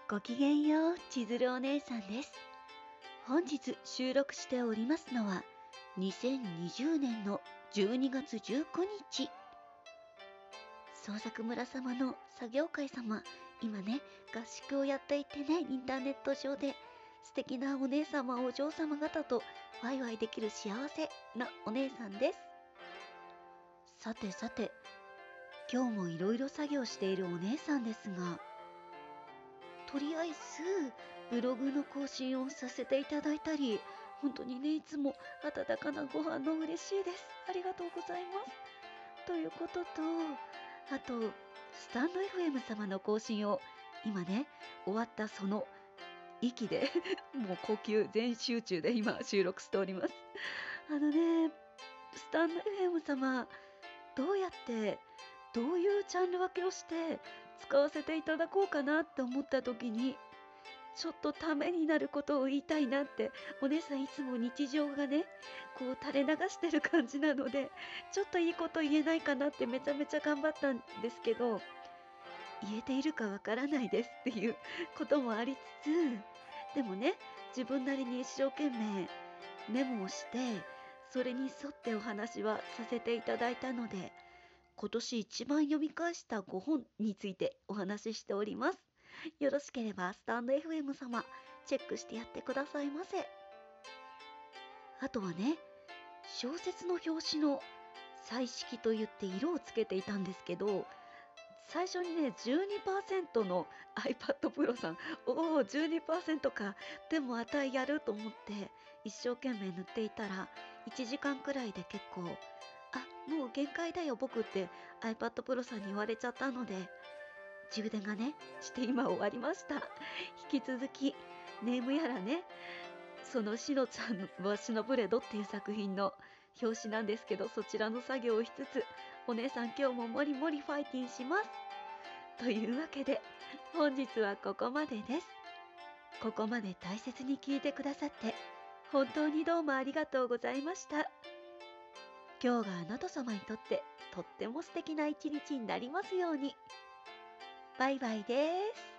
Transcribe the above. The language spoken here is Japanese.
ごきげんよう、千鶴お姉さんです。本日収録しておりますのは、2020年の12月19日。創作村様の作業会様、今ね、合宿をやっていてね、インターネット上で、素敵なお姉様、お嬢様方とワイワイできる幸せなお姉さんです。さてさて、今日もいろいろ作業しているお姉さんですが、とりあえずブログの更新をさせていただいたり、本当にね、いつも温かなご反応嬉しいです。ありがとうございます。ということと、あと、スタンド FM 様の更新を今ね、終わったその息でもう呼吸全集中で今収録しております。スタンド FM 様、どうやってどういうジャンル分けをして使わせていただこうかなって思った時に、ちょっとためになることを言いたいなって、お姉さんいつも日常がね、こう垂れ流してる感じなので、ちょっといいこと言えないかなってめちゃめちゃ頑張ったんですけど、言えているかわからないですっていうこともありつつ、でもね、自分なりに一生懸命メモをして、それに沿ってお話はさせていただいたので、今年一番読み返した5本についてお話ししております。よろしければスタンド FM 様チェックしてやってくださいませ。あとはね、小説の表紙の彩色といって色をつけていたんですけど、最初にね、12% の iPad Pro さん、おお、12% か、でも値やると思って一生懸命塗っていたら、1時間くらいで結構、もう限界だよ僕って iPad Pro さんに言われちゃったので、充電がね、して今終わりました。引き続き、ネームやらね、そのしのちゃんはシノブレドっていう作品の表紙なんですけど、そちらの作業をしつつ、お姉さん今日ももりもりファイティンします。というわけで、本日はここまでです。ここまで大切に聞いてくださって、本当にどうもありがとうございました。今日があなた様にとってとっても素敵な一日になりますように。バイバイです。